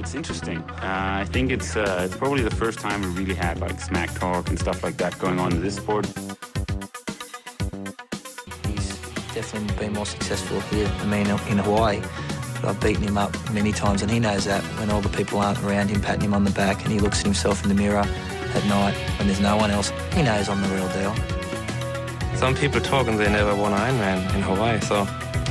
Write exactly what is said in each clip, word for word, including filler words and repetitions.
It's interesting. Uh, I think it's uh, it's probably the first time we really had like smack talk and stuff like that going on in this sport. He's definitely been more successful here than me in Hawaii. But I've beaten him up many times, and he knows that when all the people aren't around him patting him on the back and he looks at himself in the mirror at night when there's no one else, he knows I'm the real deal. Some people talk and they never won Ironman in Hawaii, so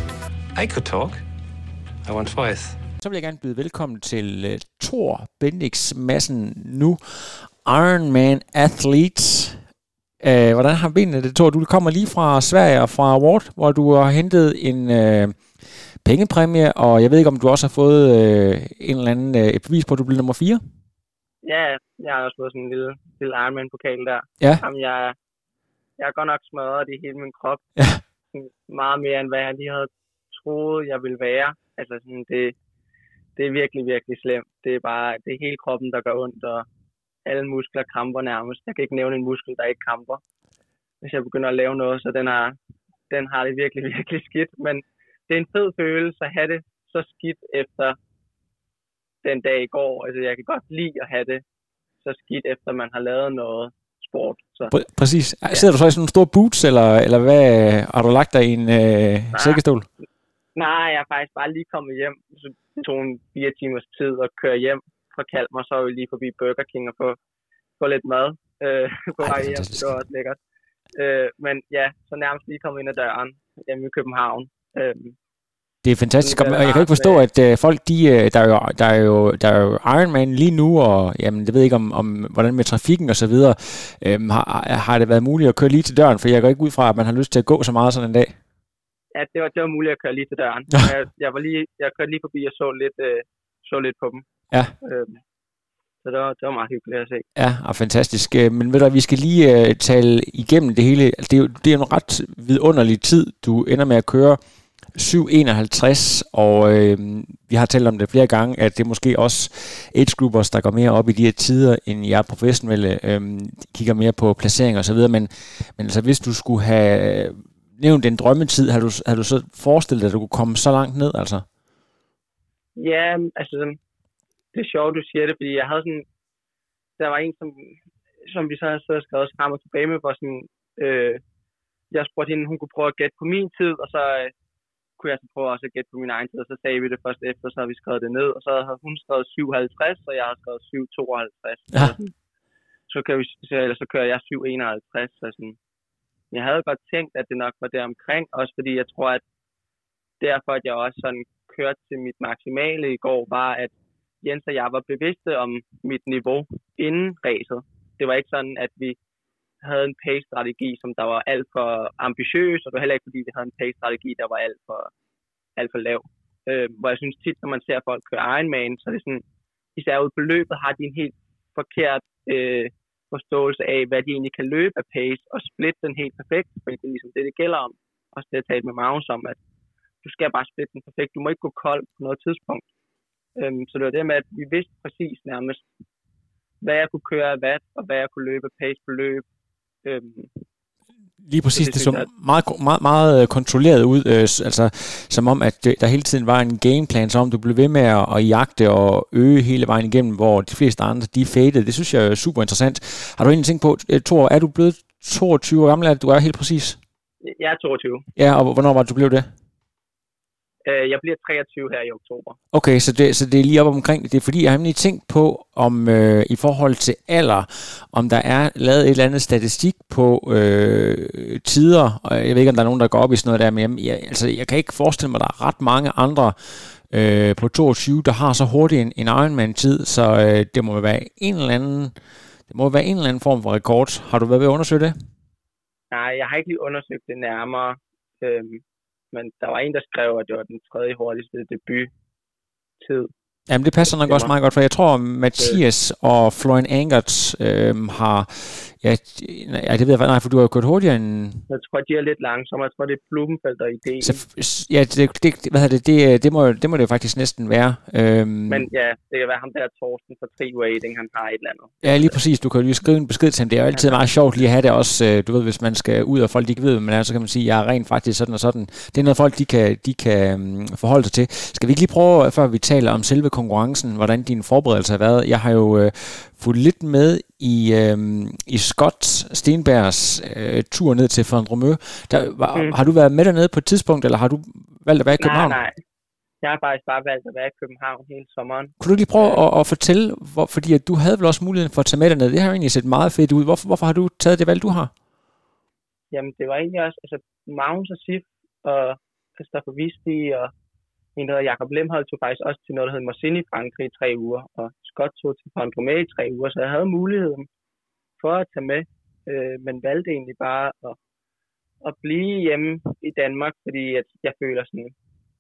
I could talk. I won twice. Så vil jeg gerne byde velkommen til uh, Thor Bendix Madsen, nu Ironman Athlete. Uh, hvordan har benene det, Thor? Du kommer lige fra Sverige og fra Ward, hvor du har hentet en uh, pengepræmie, og jeg ved ikke, om du også har fået uh, en eller anden uh, et bevis på, at du blev nummer fire? Ja, jeg har også fået sådan en lille, lille Ironman-pokal der. Ja. Jamen, jeg, jeg er godt nok smadret i hele min krop. Ja. Meget mere, end hvad jeg lige havde troet, jeg ville være. Altså, sådan, det, det er virkelig, virkelig slemt. Det er bare det er hele kroppen, der gør ondt, og alle muskler kramper nærmest. Jeg kan ikke nævne en muskel, der ikke kramper, hvis jeg begynder at lave noget, så den har, den har det virkelig, virkelig skidt. Men det er en fed følelse at have det så skidt efter den dag i går. Altså, jeg kan godt lide at have det så skidt, efter man har lavet noget sport. Så. Pr- præcis. Ja. Sidder du så i sådan nogle store boots, eller, eller hvad? Har du lagt dig i en øh, sækkestol? Nej, jeg er faktisk bare lige kommet hjem. Så det tog en fire timers tid at køre hjem fra Kalmar, så er vi lige forbi Burger King og få, få lidt mad øh, på vej hjem. Det var også lækkert. Øh, men ja, så nærmest lige kommet ind ad døren hjemme i København. Øh, Det er fantastisk, og jeg kan ikke forstå, at øh, folk, de, der, er jo, der, er jo, der er jo Ironman lige nu, og jamen, jeg ved ikke, om, om hvordan med trafikken og så videre, øhm, har, har det været muligt at køre lige til døren, for jeg går ikke ud fra, at man har lyst til at gå så meget sådan en dag. Ja, det var, det var muligt at køre lige til døren. jeg, jeg, var lige, jeg kørte lige forbi og så lidt, øh, så lidt på dem. Ja. Øhm, så det var, det var meget hyggeligt at se. Ja, og fantastisk. Men ved du, vi skal lige uh, tale igennem det hele. Det er jo det er en ret vidunderlig tid, du ender med at køre. syv enoghalvtreds, og øh, vi har talt om det flere gange, at det er måske også age-groupers, der går mere op i de her tider, end jeg professionelle øh, kigger mere på placeringer og så videre, men, men altså, hvis du skulle have nævnt en drømmetid, har du, har du så forestillet dig, at du kunne komme så langt ned, altså? Ja, altså, det er sjovt, du siger det, fordi jeg havde sådan, der var en, som, som vi så havde så skrevet frem og tilbage med, hvor sådan, øh, jeg spurgte hende, hun kunne prøve at gætte på min tid, og så øh, kunne jeg så prøve også at gætte på min egen tid, og så sagde vi det først efter, så har vi skrevet det ned, og så havde hun skrevet syv halvtreds, og jeg har skrevet syv tooghalvtreds. Ja. Så, så, kan vi, så, eller så kører jeg syv enoghalvtreds, så sådan. Jeg havde godt tænkt, at det nok var der omkring, også fordi jeg tror, at derfor, at jeg også sådan kørte til mit maksimale i går, var, at Jens og jeg var bevidste om mit niveau inden racet. Det var ikke sådan, at vi havde en pace-strategi, som der var alt for ambitiøs, og det var heller ikke, fordi vi havde en pace-strategi, der var alt for, alt for lav. Øh, hvor jeg synes tit, når man ser folk køre Ironman, så er det sådan, især ud på løbet, har de en helt forkert øh, forståelse af, hvad de egentlig kan løbe af pace, og splitte den helt perfekt, for det er ligesom det, det gælder om. Også det at tale med Magnus om, at du skal bare splitte den perfekt. Du må ikke gå kold på noget tidspunkt. Øh, så det var det med, at vi vidste præcis nærmest, hvad jeg kunne køre af watt, og hvad jeg kunne løbe af pace på løb. Lige præcis, det, det så meget, meget, meget kontrolleret ud, øh, altså som om, at der hele tiden var en gameplan, som om du blev ved med at, at jagte og øge hele vejen igennem, hvor de fleste andre, de fadede. Det synes jeg er super interessant. Har du egentlig tænkt på, Thor, er du blevet toogtyve år gammel, eller du er helt præcis? Jeg er toogtyve. Ja, og hvornår var det, du blev det? Jeg bliver treogtyve her i oktober. Okay, så det, så det er lige op omkring. Det er fordi, jeg har nemlig tænkt på, om øh, i forhold til alder, om der er lavet et eller andet statistik på øh, tider, og jeg ved ikke, om der er nogen, der går op i sådan noget der, men jeg, jeg, altså, jeg kan ikke forestille mig, at der er ret mange andre øh, på toogtyve, der har så hurtigt en, en Ironman-tid, så øh, det må være en eller anden, det må være en eller anden form for rekord. Har du været ved at undersøge det? Nej, jeg har ikke lige undersøgt det nærmere. Øhm Men der var en, der skrev, at det var den tredje hurtigste debut-tid. Jamen, det passer nok også meget godt, for jeg tror, Mathias og Florian Angert øh, har... Ja, ja, det ved jeg nej, for du har jo kørt hurtigere end... Jeg tror, de er lidt langsomme. Jeg tror, det er Blumenfeldt og ideen. Så, ja, det, det, hvad det, det, det, må, det må det jo faktisk næsten være. Øhm, Men ja, det kan være ham der Torsten fra Tri Waiting, han har et eller andet. Ja, lige præcis. Du kan jo lige skrive en besked til ham. Det er jo altid meget sjovt lige at have det også. Du ved, hvis man skal ud, og folk ikke ved, men så kan man sige, at jeg er rent faktisk sådan og sådan. Det er noget, folk de kan, de kan forholde sig til. Skal vi ikke lige prøve, før vi taler om selve konkurrencen, hvordan din forberedelse har været. Jeg har jo øh, fulgt lidt med i, øh, i Scott Stenbergs øh, tur ned til Fondremø. Der, var, mm. Har du været med dernede på et tidspunkt, eller har du valgt at være i København? Nej, nej. Jeg har faktisk bare valgt at være i København hele sommeren. Kunne du lige prøve at, at fortælle, hvor, fordi at du havde vel også muligheden for at tage med derned. Det har jo egentlig set meget fedt ud. Hvorfor, hvorfor har du taget det valg, du har? Jamen, det var egentlig også, altså Magnus og Sif og Christopher Wisti og en, der hedder Jacob Lemhold, tog faktisk også til noget, der hedder Morsin i Frankrig i tre uger, og Scott tog til Fondremø i tre uger, så jeg havde muligheden for at tage med, øh, men valgte egentlig bare at, at blive hjemme i Danmark, fordi at jeg føler sådan,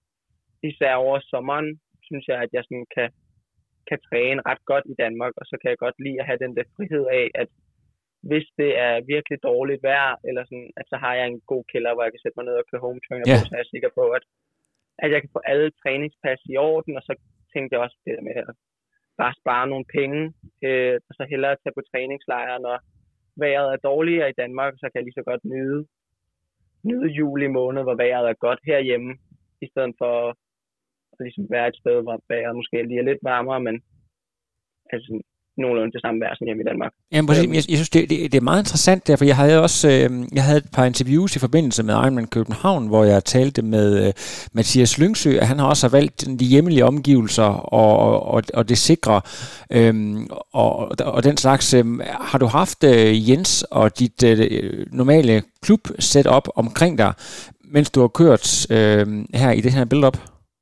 især over sommeren, synes jeg, at jeg sådan kan, kan træne ret godt i Danmark, og så kan jeg godt lide at have den der frihed af, at hvis det er virkelig dårligt vejr, eller sådan, at så har jeg en god kælder, hvor jeg kan sætte mig ned og køre home trainer yeah. på, så er jeg sikker på, at, at jeg kan få alle træningspas i orden, og så tænkte jeg også det der med at bare spare nogle penge, øh, og så hellere tage på træningslejre, når vejret er dårligere i Danmark, så kan jeg lige så godt nyde, nyde juli måned, hvor vejret er godt herhjemme, i stedet for at ligesom være et sted, hvor vejret måske lige er lidt varmere, men altså nogenlunde til samme vejr som hjemme i Danmark. Jamen, jeg, jeg synes, det, det, det er meget interessant derfor. Jeg havde også øh, jeg havde et par interviews i forbindelse med Ironman København, hvor jeg talte med øh, Mathias Lyngsø, at han har også valgt de hjemlige omgivelser og, og, og det sikre øh, og, og den slags. Øh, har du haft øh, Jens og dit øh, normale klub setup omkring dig, mens du har kørt øh, her i det her build-up?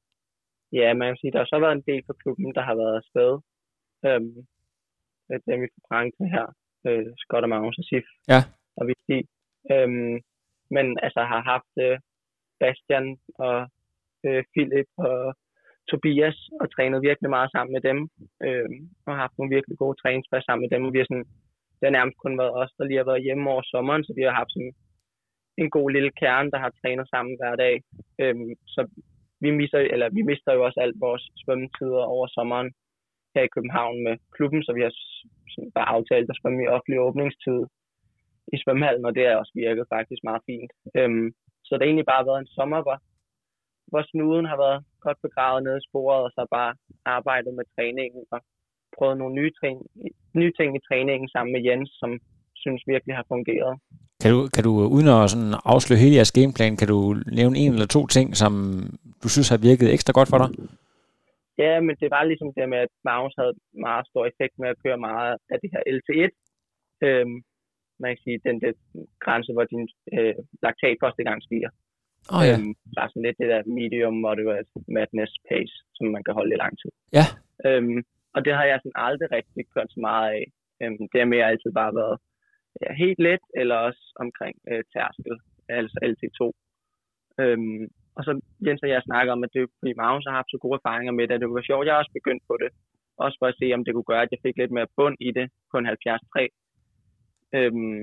Ja, man kan sige, der har så været en del for klubben, der har været afsted. Øhm, dem i Frankrig her, øh, Scott og Magnus og Sif, ja. Og Visti. Øhm, men altså har haft øh, Bastian og øh, Philip og Tobias og trænet virkelig meget sammen med dem. Øh, og har haft nogle virkelig gode træningspas sammen med dem. Og vi har sådan, det har nærmest kun været os, der lige har været hjemme over sommeren, så vi har haft sådan en god lille kerne, der har trænet sammen hver dag. Øh, så vi mister, eller vi mister jo også alt vores svømmetider over sommeren her i København med klubben, så vi har bare aftalt at svømme i offentlig åbningstid i svømmehallen, og det har også virket faktisk meget fint. Øhm, så det har egentlig bare været en sommer, hvor, hvor snuden har været godt begravet nede i sporet, og så bare arbejdet med træningen og prøvet nogle nye, træ, nye ting i træningen sammen med Jens, som synes virkelig har fungeret. Kan du, kan du uden at sådan afsløre hele jeres gameplan, kan du nævne en eller to ting, som du synes har virket ekstra godt for dig? Ja, men det var ligesom det med, at Magnus havde meget stor effekt med at køre meget af det her L T et. Øhm, man kan sige, den der grænse, hvor din øh, laktat første gang stiger. Oh, ja. øhm, der er sådan lidt det der medium moderate madness pace, som man kan holde i lang tid. Ja. Øhm, og det har jeg sådan aldrig rigtig kørt så meget af. Øhm, det har mere altid bare været ja, helt let, eller også omkring øh, tærskel, altså L T to. Øhm, Og så Jens og jeg snakker om, at det er fordi Magnus har haft så gode erfaringer med det, at det kunne være sjovt. Jeg har også begyndt på det. Også for at se, om det kunne gøre, at jeg fik lidt mere bund i det på en halvfjerds komma tre. Øhm,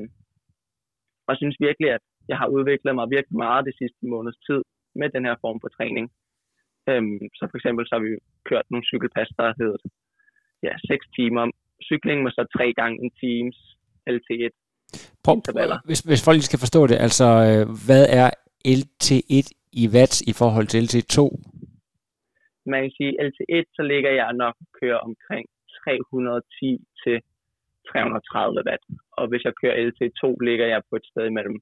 og jeg synes virkelig, at jeg har udviklet mig virkelig meget det sidste måneds tid med den her form for træning. Øhm, så for eksempel så har vi kørt nogle cykelpas, der hedder ja, seks timer. Cykling med så tre gange en times L T et. Prøv, hvis, hvis folk lige skal forstå det, altså hvad er L T et i watt i forhold til L T to? Man kan sige, at L T et, så ligger jeg nok og kører omkring tre hundrede og ti til tre hundrede og tredive watt. Og hvis jeg kører L T to, ligger jeg på et sted mellem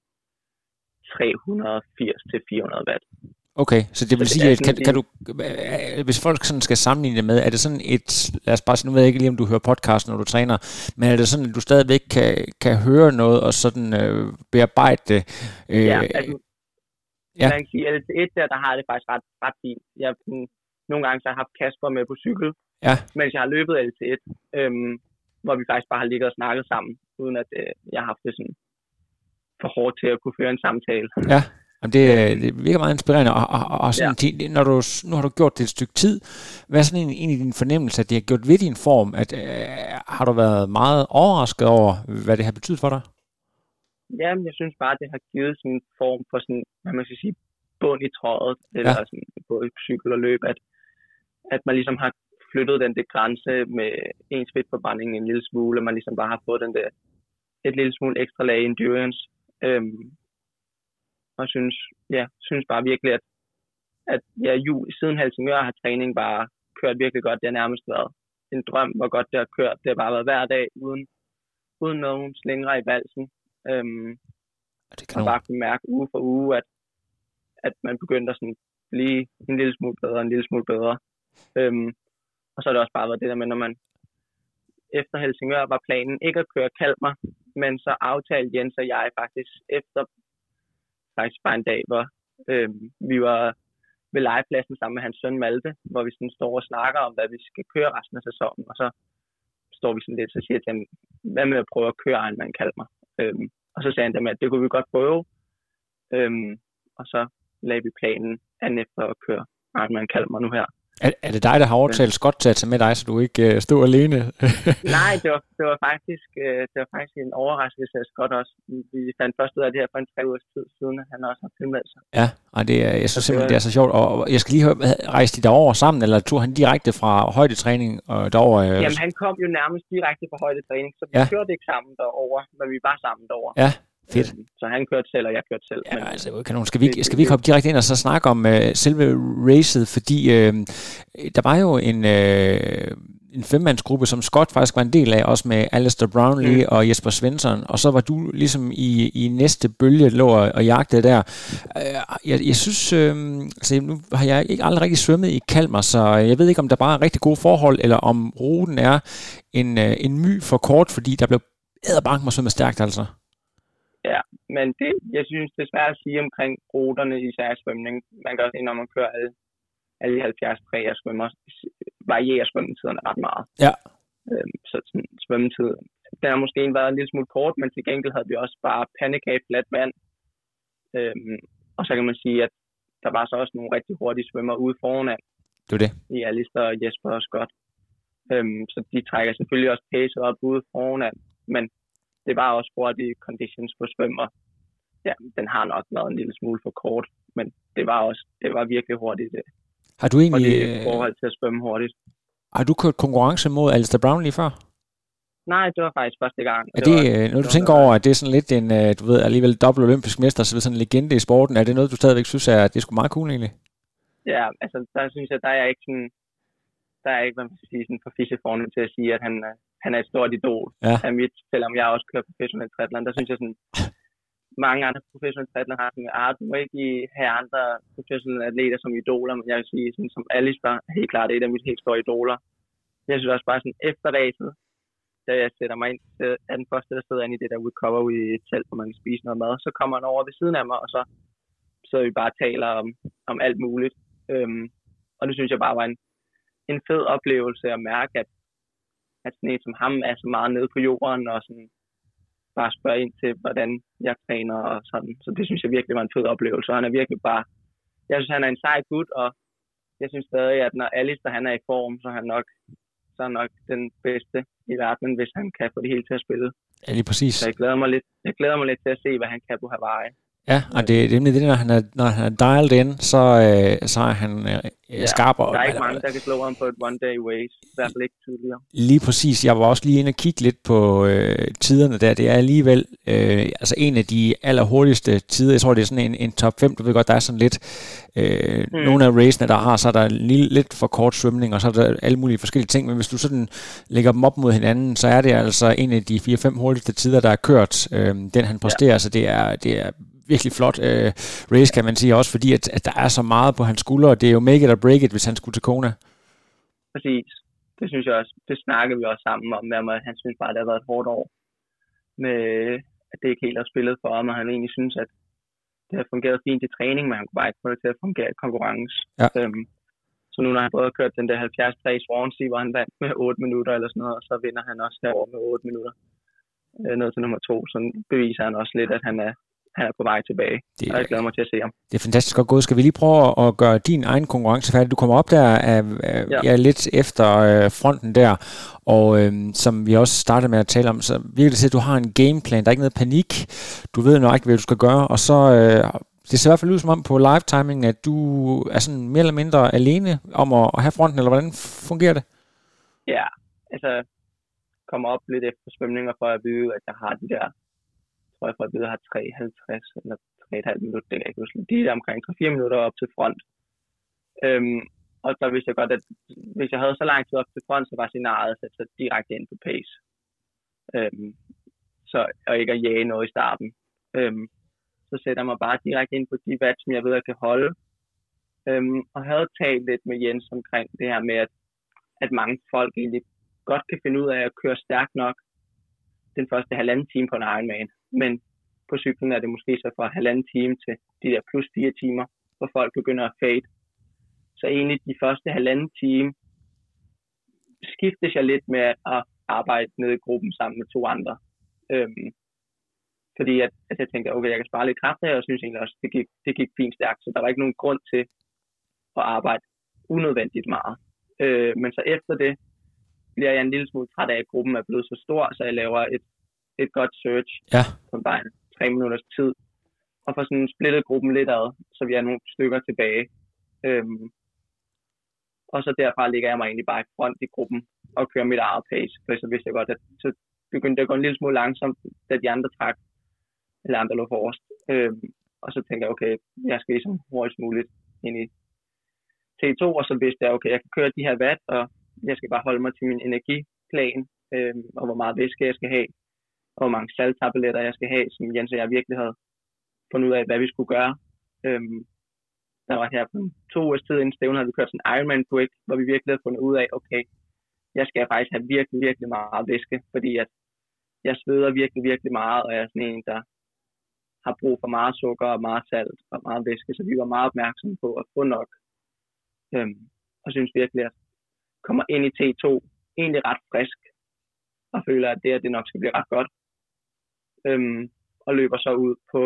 tre hundrede og firs til fire hundrede watt. Okay, så det vil så sige, det at kan, kan du, hvis folk sådan skal sammenligne det med, er det sådan et, lad os bare sige, nu ved jeg ikke lige, om du hører podcast, når du træner, men er det sådan, at du stadigvæk kan, kan høre noget og sådan øh, bearbejde det? Øh, ja, altså, ja. Man kan sige, at L T et der, der har det faktisk ret, ret fint. Jeg, nogle gange så har jeg haft Kasper med på cykel, ja. Mens jeg har løbet L T et, øhm, hvor vi faktisk bare har ligget og snakket sammen, uden at øh, jeg har haft det sådan for hårdt til at kunne føre en samtale. Ja. Jamen det, det virker meget inspirerende, og, og, og sådan, ja. når du, nu har du gjort det et stykke tid. Hvad er sådan en, en af dine fornemmelser, at det har gjort ved din form? At, øh, har du været meget overrasket over, hvad det har betydet for dig? Jamen, jeg synes bare, at det har givet sådan en form for sådan, hvad man skal sige, bund i trådet, eller ja. sådan, både cykel og løb, at, at man ligesom har flyttet den der grænse med ens fedtforbrænding en lille smule, og man ligesom bare har fået den der, et lille smule ekstra lag endurance. Øhm, og synes, ja, synes bare virkelig, at, at ja, jul, siden Helsingør har træning bare kørt virkelig godt. Det har nærmest været en drøm, hvor godt det har kørt. Det har bare været hver dag uden, uden nogen slingre i valsen. Øhm, det kan og bare kunne mærke uge for uge, at, at man begyndte at sådan blive en lille smule bedre, en lille smule bedre. Øhm, og så har det også bare været det der med, når man efter Helsingør var planen ikke at køre Kalmar, men så aftalte Jens og jeg faktisk efter faktisk bare en dag, hvor øhm, vi var ved legepladsen sammen med hans søn Malte, hvor vi sådan står og snakker om, hvad vi skal køre resten af sæsonen, og så står vi sådan lidt og siger til ham, hvad med at prøve at køre Ironman Kalmar? Øhm, og så sagde han dem, at det kunne vi godt prøve, øhm, og så lagde vi planen an efter at køre Ironman Kalmar nu her. Er, er det dig, der har overtalt Scott til at tage med dig, så du ikke uh, stod alene? Nej, det var, det var faktisk uh, det var faktisk en overraskelse af Scott også. Vi fandt først ud af det her for en tre ugers tid siden, at han også har tilmeldt sig. Ja, og det er, jeg synes simpelthen, det er så sjovt. Og jeg skal lige høre, rejste de derover sammen, eller tog han direkte fra højdetræning og derover? Uh... Jamen, han kom jo nærmest direkte fra højdetræning, så vi ja. kørte ikke sammen derover, men vi var sammen derover. Ja. Fedt. Så han kørte selv, og jeg kørte selv. Ja, men, altså, kanon. Skal vi, skal vi komme direkte ind og så snakke om uh, selve racet, fordi uh, der var jo en, uh, en femmandsgruppe, som Scott faktisk var en del af, også med Alistair Brownlee mm. og Jesper Svensson, og så var du ligesom i, i næste bølge, lå og, og jagtede der. Uh, jeg, jeg synes, uh, altså, nu har jeg ikke aldrig rigtig svømmet i Kalmar, så jeg ved ikke, om der bare er rigtig gode forhold, eller om ruten er en, uh, en my for kort, fordi der blev æderbank mig svømmet stærkt, altså. Ja, men det, jeg synes, det er svært at sige omkring ruterne i især svømning. Man kan også se, når man kører alle, alle de halvfjerds træer svømmer, varierer svømmetiderne ret meget. Ja. Øhm, så sådan, svømmetid, den har måske været en lille smule kort, men til gengæld havde vi også bare pandekage fladt vand. Øhm, og så kan man sige, at der var så også nogle rigtig hurtige svømmer ude foran. Det er det. I Alistair, Jesper og Scott. Øhm, så de trækker selvfølgelig også pace op ude foran, men det var også hurtige conditions på svømmer. Ja, den har nok været en lille smule for kort, men det var også det var virkelig hurtigt. Det. Har du egentlig i forhold til at svømme hurtigt? Har du kørt konkurrence mod Alistair Brownlee før? Nej, det var faktisk første gang. Er det, det var, når du tænker over, at det er sådan lidt en, du ved, alligevel dobbelt olympisk mester, så sådan en legende i sporten, er det noget, du stadigvæk synes, er, det er sgu meget cool egentlig? Ja, altså der synes jeg, der er ikke sådan, der er ikke, hvad man skal sige, sådan for fisseforne til at sige, at han, han er et stort idol ja. af mit, selvom jeg også kører professionelt triathlon. Der synes jeg sådan, mange andre professionelle triathlon har sådan, at du må ikke have andre professionelle atleter som idoler, men jeg vil sige, sådan, som Alice var helt klart et af mine helt store idoler. Jeg synes også bare sådan, efter racet, da jeg sætter mig ind, er den første, der sidder inde i det der recover i et telt, hvor man kan spise noget mad, så kommer han over ved siden af mig, og så så vi bare taler om, om alt muligt. Øhm, og det synes jeg bare var en, en fed oplevelse at mærke, at, at sådan en som ham er så meget nede på jorden, og sådan bare spørge ind til, hvordan jeg træner og sådan. Så det synes jeg virkelig var en fed oplevelse, og han er virkelig bare, jeg synes, han er en sej gut, og jeg synes stadig, at når Alistair han er i form, så er han nok, så er han nok den bedste i verden, hvis han kan få det hele til at spille. Ja, lige præcis. Så jeg glæder mig lidt, jeg glæder mig lidt til at se, hvad han kan på Hawaii. Ja, og det, det er nemlig det, når han er, når han er dialed in, så, øh, så er han øh, ja, skarp. Og, der er ikke mange, der kan slå ham på et one-day race. I hvert fald ikke tidligere. Lige præcis. Jeg var også lige inde og kigge lidt på øh, tiderne der. Det er alligevel øh, altså en af de allerhurtigste tider. Jeg tror, det er sådan en, en top fem. Du ved godt, der er sådan lidt øh, mm. nogle af racene, der har, så er der lille, lidt for kort svømning, og så er der alle mulige forskellige ting. Men hvis du sådan lægger dem op mod hinanden, så er det altså en af de fire fem hurtigste tider, der er kørt. Øh, den han præsterer, ja. Så det er, det er virkelig flot øh, race, kan man sige, også fordi, at, at der er så meget på hans skuldre, og det er jo make it or break it, hvis han skulle til Kona. Præcis. Det synes jeg også. Det snakker vi også sammen om, at han synes bare, at det har været et hårdt år, med at det ikke helt har spillet for ham, og han egentlig synes, at det har fungeret fint i træning, men han kunne bare ikke få det til at fungere i konkurrence. Ja. Øhm, så nu når han både har kørt den der halvfjerds tre Swansea, hvor han vandt med otte minutter eller sådan noget, og så vinder han også herovre med otte minutter øh, ned til nummer to, så beviser han også lidt, at han er han er på vej tilbage, det er, og jeg glæder mig til at se ham. Det er fantastisk godt gået. Skal vi lige prøve at gøre din egen konkurrence færdig? Du kommer op der af, af, ja. Ja, lidt efter øh, fronten der, og øh, som vi også startede med at tale om, så virkelig til, at du har en gameplan. Der er ikke noget panik. Du ved nok, hvad du skal gøre, og så øh, det ser i hvert fald ud som om på live timing, at du er sådan mere eller mindre alene om at, at have fronten, eller hvordan fungerer det? Ja, altså kommer op lidt efter svømninger for at vide, at jeg har de der tror jeg for at vide, at jeg har tre komma halvtreds eller tre komma fem minutter, det kan jeg ikke huske. De er omkring tre til fire minutter op til front. Øhm, og så vidste jeg godt, at hvis jeg havde så lang tid op til front, så var scenariet at sætte sig direkte ind på pace. Øhm, så, og ikke at jage noget i starten. Øhm, så sætter jeg mig bare direkte ind på de watt, som jeg ved, jeg kan holde. Øhm, og havde talt lidt med Jens omkring det her med, at, at mange folk egentlig godt kan finde ud af at køre stærkt nok den første halvanden time på en Ironman. Men på cyklen er det måske så fra halvanden time til de der plus fire timer, hvor folk begynder at fade. Så egentlig de første halvanden time skiftes jeg lidt med at arbejde nede i gruppen sammen med to andre. Øhm, fordi at, at jeg tænkte, okay, jeg kan spare lidt kraft her, og jeg synes egentlig også, det gik, det gik fint stærkt. Så der var ikke nogen grund til at arbejde unødvendigt meget. Øh, men så efter det bliver jeg en lille smule træt af, at gruppen er blevet så stor, så jeg laver et, et godt search ja. på bare tre minutters tid, og får sådan splittet gruppen lidt ad, så vi er nogle stykker tilbage. Øhm, og så derfra ligger jeg mig egentlig bare i front i gruppen og kører mit eget pace, for så vidste jeg godt, at så begyndte det at gå en lille smule langsomt, da de andre trak, eller andre lå forrest. Øhm, og så tænkte jeg, okay, jeg skal ligesom hurtigst muligt ind i T to, og så vidste jeg, okay, jeg kan køre de her watt, og jeg skal bare holde mig til min energiplan, øhm, og hvor meget væske jeg skal have, og hvor mange salttabletter jeg skal have, som Jens og jeg virkelig havde fundet ud af, hvad vi skulle gøre. Øhm, der var her for to ugers tid inden stævnen, havde vi kørt sådan en Ironman break, hvor vi virkelig havde fundet ud af, okay, jeg skal faktisk have virkelig, virkelig meget væske, fordi at jeg sveder virkelig, virkelig meget, og jeg er sådan en, der har brug for meget sukker og meget salt og meget væske, så vi var meget opmærksomme på at få nok. Øhm, og synes virkelig, at jeg kommer ind i T to egentlig ret frisk, og føler, at det, at det nok skal blive ret godt. Øhm, og løber så ud på,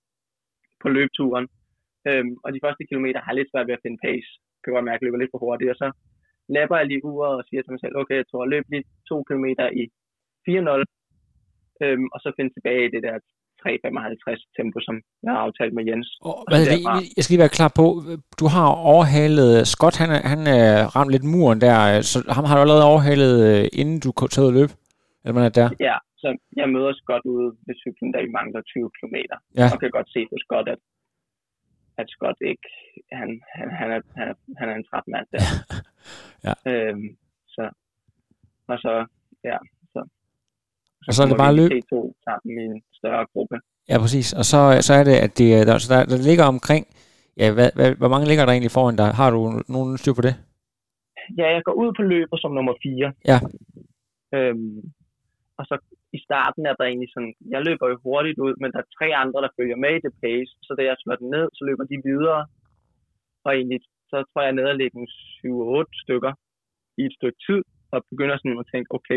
på løbeturen. Øhm, og de første kilometer har lidt svært ved at finde pace. Jeg kan godt mærke, at jeg løber lidt for hurtigt, og så lapper jeg lige uret og siger til mig selv, okay, jeg tror, jeg løber lige to kilometer i fire nul, øhm, og så finde tilbage i det der tre femoghalvtreds tempo, som jeg har aftalt med Jens. Og, og det, jeg skal lige være klar på, du har overhalet Scott, han, han øh, ramt lidt muren der, så ham har du allerede overhalet, øh, inden du tager ud og løb? Eller man er der? Ja, så jeg møder Scott ude ved cyklen, der vi mangler tyve kilometer. Ja. Og kan godt se på Scott, at, at Scott ikke, han, han, han, er, han, er, han er en træt mand der. ja. Øhm, så, og så, ja, så, så, og så er det bare løb? T to sammen i en større gruppe. Ja, præcis. Og så, så er det, at det, der, der, der ligger omkring, ja, hvad, hvad, hvor mange ligger der egentlig foran dig? Har du nogen styr på det? Ja, jeg går ud på løbet som nummer fire. Ja. Øhm, og så i starten er der egentlig sådan, jeg løber jo hurtigt ud, men der er tre andre, der følger med i det pace, så da jeg slår den ned, så løber de videre, og egentlig, så tror jeg, jeg er nede og lægge en syv otte stykker i et stykke tid, og begynder sådan at tænke, okay,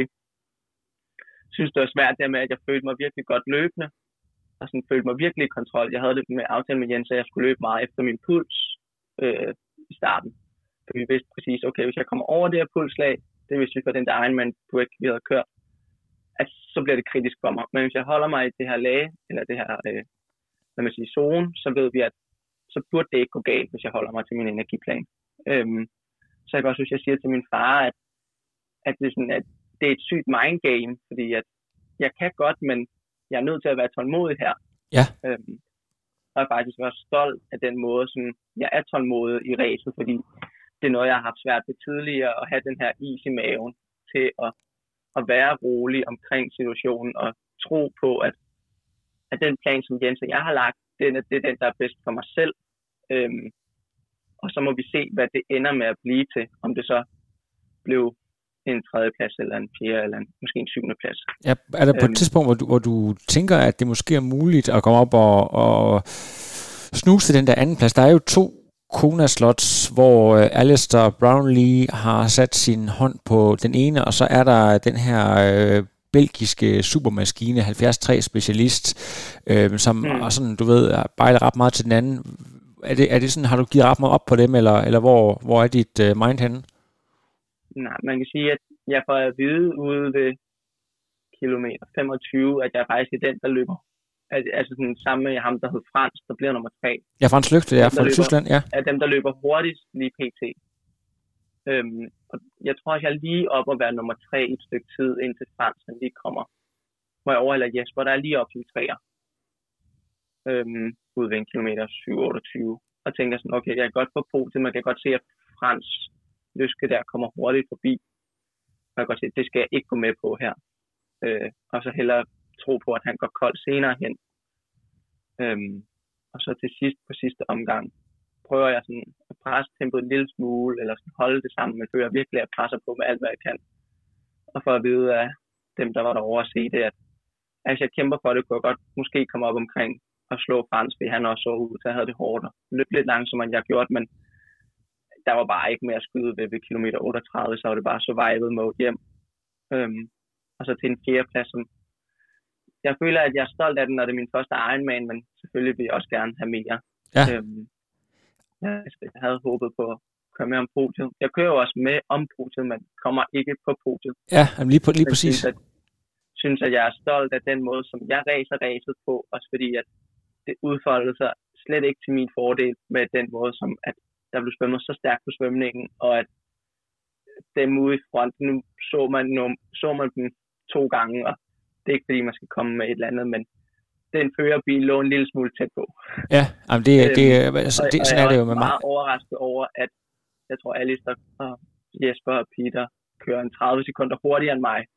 jeg synes det var svært der med, at jeg følte mig virkelig godt løbende, og sådan følte mig virkelig i kontrol. Jeg havde det med aftale med Jens, at jeg skulle løbe meget efter min puls øh, i starten, for vi vidste præcis, okay, hvis jeg kommer over det her pulslag, det vil sige for den der Ironman break, vi havde kørt, at så bliver det kritisk for mig. Men hvis jeg holder mig i det her lag, eller det her, øh, hvad man siger, zone, så ved vi, at så burde det ikke gå galt, hvis jeg holder mig til min energiplan. Øhm, så jeg kan også, hvis jeg siger til min far, at, at, det er sådan, at det er et sygt mind game, fordi at jeg kan godt, men jeg er nødt til at være tålmodig her. Ja. Øhm, og jeg er faktisk også stolt af den måde, sådan, jeg er tålmodig i racet, fordi det er noget, jeg har haft svært ved tidligere, at have den her is i maven til at, at være rolig omkring situationen og tro på, at, at den plan, som Jens og jeg har lagt, det er, det er den, der er bedst for mig selv. Øhm, og så må vi se, hvad det ender med at blive til, om det så blev en tredje plads, eller en fjerde, eller en, måske en syvende plads. Ja, er der på øhm, et tidspunkt, hvor du, hvor du tænker, at det måske er muligt at komme op og, og snuse til den der anden plads? Der er jo to Kona-slots, hvor uh, Alistair Brownlee har sat sin hånd på den ene, og så er der den her uh, belgiske supermaskine, halvfjerds tre specialist, uh, som mm. er sådan, du ved, bejler ret meget til den anden. Er det, er det sådan, har du givet ret meget op på dem, eller, eller hvor, hvor er dit uh, mind henne? Nej, man kan sige, at jeg får at vide ude ved kilometer femogtyve, at jeg faktisk er den, der løber. Altså sådan sammen med ham, der hed Frans, der bliver nummer tre. Ja, Frans Lygte, ja, fra Tyskland, ja. Er dem, der løber hurtigst lige pt. Øhm, og jeg tror også, jeg er lige op at være nummer tre i et stykke tid, indtil Frans han lige kommer. Hvor jeg overhælder Jesper, der er lige op til treer. Øhm, ude ved en kilometer syv otteogtyve. Og tænker sådan, okay, jeg kan godt få på til, man kan godt se, at Frans Lyske der kommer hurtigt forbi. Og jeg kan godt se, det skal jeg ikke gå med på her. Øh, og så hellere tro på, at han går kold senere hen. Øhm, og så til sidst på sidste omgang, prøver jeg sådan at presse tempoet en lille smule, eller sådan holde det sammen, men føler virkelig, at jeg presser på med alt, hvad jeg kan. Og for at vide af dem, der var derovre at se det, at hvis jeg kæmper for det, kunne jeg godt måske komme op omkring og slå Frans, fordi han også så ud, så jeg havde det hårdt og løb lidt langsommere, end jeg gjorde, men der var bare ikke mere at skyde ved, ved kilometer otteogtredive, så var det bare survival mode hjem. Øhm, og så til en fjerde plads, som jeg føler, at jeg er stolt af den, når det er min første Ironman, men selvfølgelig vil jeg også gerne have mere. Ja. Øhm, jeg havde håbet på at køre med om podiet. Jeg kører jo også med om podiet, men kommer ikke på podiet. Ja, lige, på, lige præcis. Jeg synes, at, synes, at jeg er stolt af den måde, som jeg racer racet på, også fordi at det udfoldede sig slet ikke til min fordel med den måde, som at der blev svømmet så stærkt på svømningen, og at dem ude i front, nu så man, nu, så man dem to gange, og det er ikke fordi, man skal komme med et eller andet, men den førerbil lå en lille smule tæt på. Ja, jamen det, det, det, altså, det, og, sådan og er det jo med mig. Jeg er mig. meget overrasket over, at jeg tror, Alistair og Jesper og Peter kører en tredive sekunder hurtigere end mig.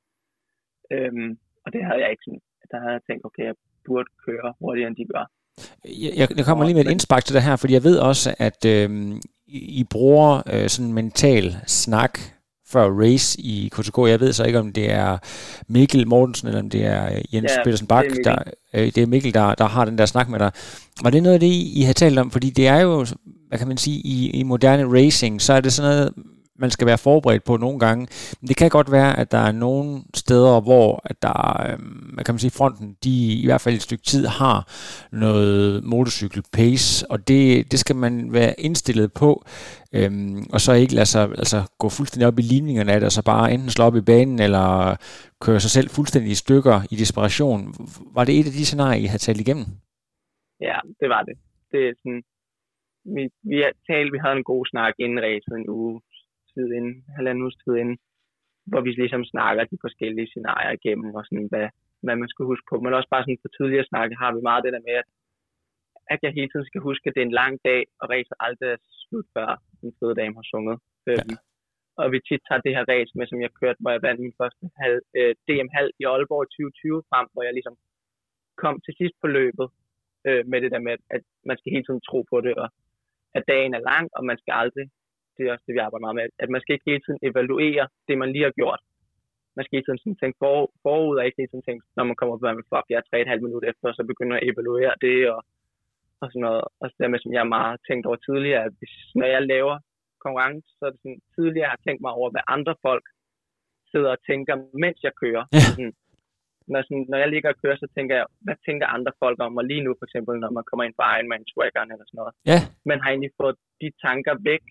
Øhm, og det havde jeg ikke sådan. Der havde jeg tænkt, okay, jeg burde køre hurtigere, end de gør. Jeg, jeg kommer lige med et indspark til det her, fordi jeg ved også, at øh, I bruger øh, sådan en mental snak før race i K T K. Jeg ved så ikke, om det er Mikkel Mortensen, eller om det er Jens ja, Petersen Bak, det der, øh, det er Mikkel, der, der har den der snak med dig. Var det noget af det, I har talt om? Fordi det er jo, hvad kan man sige, i, i moderne racing, så er det sådan noget, man skal være forberedt på nogle gange. Men det kan godt være, at der er nogle steder, hvor at der, hvad kan man sige, fronten, de i hvert fald et stykke tid har noget motorcykel pace, og det, det skal man være indstillet på, øhm, og så ikke lade sig altså, gå fuldstændig op i linjerne af det, og så bare enten slå op i banen, eller køre sig selv fuldstændig i stykker i desperation. Var det et af de scenarier, I havde talt igennem? Ja, det var det. Det er sådan, vi, vi har talt, vi havde en god snak inden racet en uge, tid inden, halvanden uges tid inden, hvor vi ligesom snakker de forskellige scenarier igennem, og sådan, hvad, hvad man skal huske på. Men også bare sådan for tidligere snakke har vi meget det der med, at, at jeg hele tiden skal huske, at det er en lang dag, og racet aldrig er slut, før den fede dame har sunget. Ja. Øhm, og vi tit tager det her race med, som jeg kørte, hvor jeg vandt min første halv, øh, D M-halv i Aalborg i tyve tyve frem, hvor jeg ligesom kom til sidst på løbet øh, med det der med, at man skal hele tiden tro på det, og at dagen er lang, og man skal aldrig, det er også det, vi arbejder meget med, at man skal ikke hele tiden evaluere det, man lige har gjort. Man skal hele tiden sådan tænke for, forud, og ikke hele tiden tænke, når man kommer på, at fuck, jeg er tre og et halvt minut efter, og så begynder jeg at evaluere det, og, og sådan noget. Og så dermed, som jeg har meget tænkt over tidligere, at hvis, når jeg laver konkurrence, så er det sådan, tidligere jeg har tænkt mig over, hvad andre folk sidder og tænker, mens jeg kører. Ja. Sådan, når, sådan, når jeg ligger og kører, så tænker jeg, hvad tænker andre folk om mig lige nu, for eksempel, når man kommer ind på Ironman Swaggeren eller sådan noget. Ja. Man har egentlig fået de tanker væk,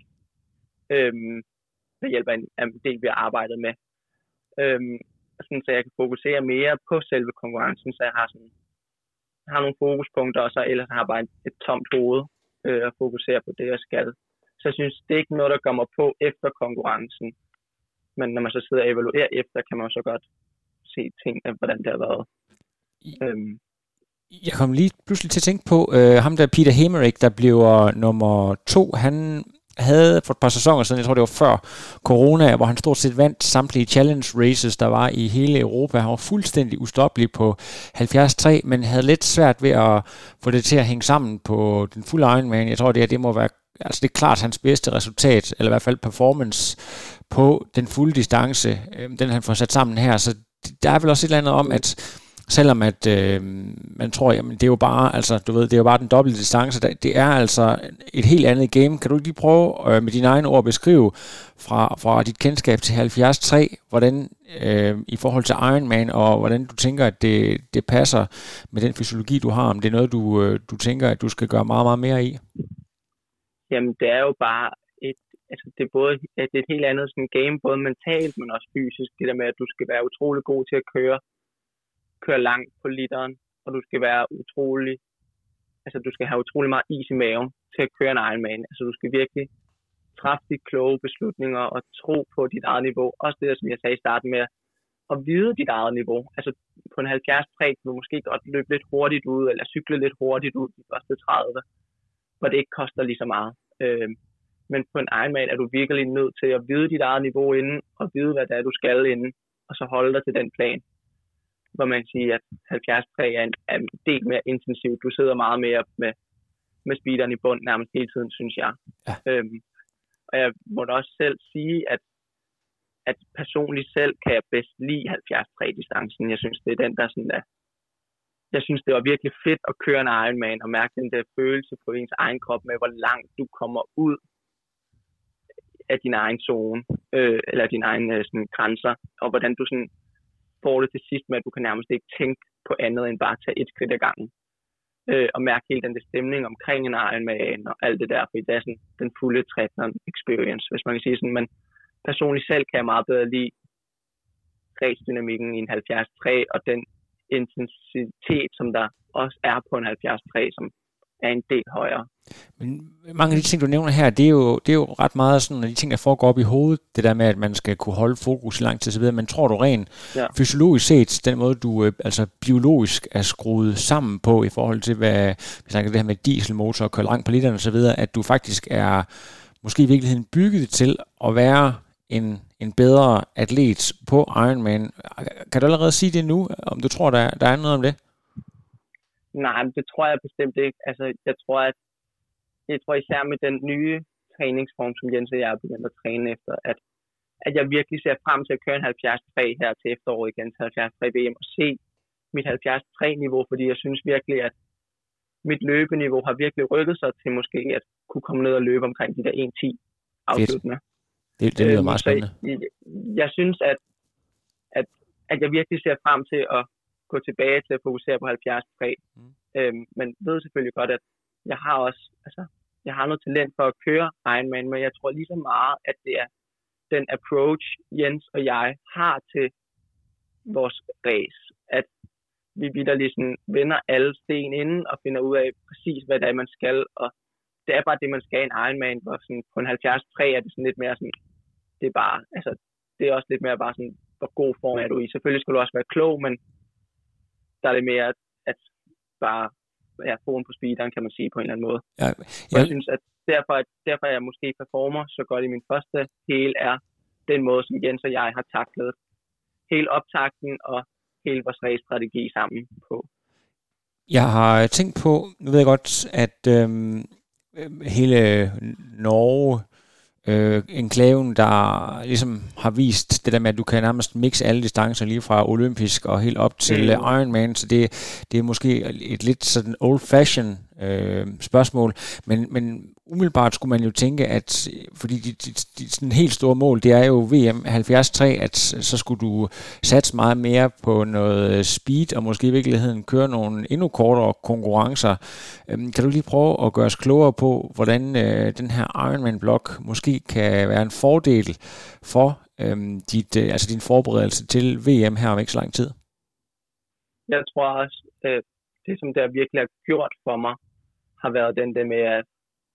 øhm, ved hjælp af en, af en del, vi har arbejdet med. Øhm, sådan, så jeg kan fokusere mere på selve konkurrencen, så jeg har, sådan, jeg har nogle fokuspunkter, og så ellers har jeg bare et, et tomt hoved øh, at fokusere på det, jeg skal. Så jeg synes, det er ikke noget, der kommer på efter konkurrencen. Men når man så sidder og evaluerer efter, kan man så godt se ting af, hvordan det har været. Øhm. Jeg kom lige pludselig til at tænke på, øh, ham der Peter Hemerick, der bliver nummer to, han havde for et par sæsoner siden, jeg tror det var før corona, hvor han stort set vandt samtlige challenge races, der var i hele Europa. Han var fuldstændig ustoppelig på halvfjerds tre, men havde lidt svært ved at få det til at hænge sammen på den fulde Ironman. Jeg tror, det, det må være altså det er klart hans bedste resultat, eller i hvert fald performance på den fulde distance, øh, den han får sat sammen her. Så der er vel også et eller andet om, at selvom at øh, man tror, jamen det er jo bare, altså du ved, det er jo bare den dobbelte distance, det er altså et helt andet game. Kan du ikke lige prøve øh, med dine egne ord at beskrive fra, fra dit kendskab til halvfjerds tre, hvordan øh, i forhold til Ironman, og hvordan du tænker, at det, det passer med den fysiologi, du har, om det er noget, du, øh, du tænker, at du skal gøre meget, meget mere i? Jamen det er jo bare et, altså det er både det er et helt andet sådan game, både mentalt, men også fysisk, det der med, at du skal være utrolig god til at køre køre langt på literen, og du skal være utrolig, altså du skal have utrolig meget is i maven til at køre en Ironman. Altså du skal virkelig træffe de kloge beslutninger og tro på dit eget niveau. Også det, som jeg sagde i starten med, at vide dit eget niveau. Altså på en halvfjerds tre kan du måske godt løbe lidt hurtigt ud, eller cykle lidt hurtigt ud de første tredive, hvor det ikke koster lige så meget. Øh, Men på en Ironman er du virkelig nødt til at vide dit eget niveau inden, og vide, hvad det er, du skal inden, og så holde dig til den plan. Hvor man kan sige, at halvfjerds komma tre er en, er en del mere intensivt. Du sidder meget mere med, med speederen i bund nærmest hele tiden, synes jeg. Ja. Øhm, og jeg må da også selv sige, at, at personligt selv kan jeg bedst lide halvfjerds komma tre-distancen. Jeg synes, det er den, der sådan er. Jeg synes, det var virkelig fedt at køre en Ironman og mærke den der følelse på ens egen krop med, hvor langt du kommer ud af din egen zone, øh, eller din egen øh, sådan, grænser, og hvordan du sådan får det til sidst med, at du kan nærmest ikke tænke på andet end bare at tage et skridt ad gangen. Øh, og mærke hele den der stemning omkring en Ironman og alt det der, fordi det er sådan den fulde triathlon experience, hvis man kan sige sådan. Men personligt selv kan jeg meget bedre lide race-dynamikken i en halvfjerds komma tre, og den intensitet, som der også er på en halvfjerds komma tre, som er en del højere. Men mange af de ting, du nævner her, det er jo, det er jo ret meget sådan, at de ting, der foregår op i hovedet, det der med, at man skal kunne holde fokus i lang tid, så videre. Men tror du rent ja. fysiologisk set, den måde, du altså biologisk er skruet sammen på, i forhold til, hvad vi snakker det her med dieselmotor og køre langt på literen og så videre, at du faktisk er måske i virkeligheden bygget til at være en, en bedre atlet på Ironman. Kan du allerede sige det nu, om du tror, der, der er noget om det? Nej, det tror jeg bestemt ikke. Altså, jeg tror, at jeg tror især med den nye træningsform, som Jens og jeg er begyndt at træne efter, at, at jeg virkelig ser frem til at køre en halvfjerds komma tre her til efteråret igen, til halvfjerds komma tre V M, og se mit halvfjerds komma tre-niveau, fordi jeg synes virkelig, at mit løbeniveau har virkelig rykket sig til måske at kunne komme ned og løbe omkring de der en ti afsluttende. Det, det lyder meget spændende. Jeg, jeg synes, at, at, at jeg virkelig ser frem til at gå tilbage til at fokusere på halvfjerds komma tre. Mm. Øhm, men ved selvfølgelig godt, at jeg har også, altså, jeg har noget talent for at køre Ironman, men jeg tror lige så meget, at det er den approach, Jens og jeg har til vores race, at vi vitterligt sådan vender alle sten inden og finder ud af præcis, hvad det er, man skal, og det er bare det, man skal i en Ironman, hvor sådan, på en halvfjerds komma tre er det sådan lidt mere sådan, det er bare, altså, det er også lidt mere bare sådan, hvor god form er du i. Selvfølgelig skal du også være klog, men der er det mere, at, at bare ja, foden på speederen, kan man sige på en eller anden måde. Ja, ja. Jeg synes, at derfor, at derfor jeg måske performer så godt i min første hele, er den måde, som Jens og jeg har taklet hele optakten og hele vores race-strategi sammen på. Jeg har tænkt på, nu ved jeg godt, at øhm, hele Norge, Øh, enklaven, der ligesom har vist det der med, at du kan nærmest mixe alle distancer lige fra olympisk og helt op til mm. Ironman, så det, det er måske et lidt sådan old-fashioned øh, spørgsmål, men, men umiddelbart skulle man jo tænke, at fordi de, de, de sådan helt store mål, det er jo V M halvfjerds komma tre, at så skulle du satse meget mere på noget speed, og måske i virkeligheden køre nogle endnu kortere konkurrencer. Øhm, kan du lige prøve at gøre os klogere på, hvordan øh, den her Ironman-blok måske kan være en fordel for øhm, dit, øh, altså din forberedelse til V M her om ikke så lang tid? Jeg tror også, øh, det som der virkelig har gjort for mig, har været den der med at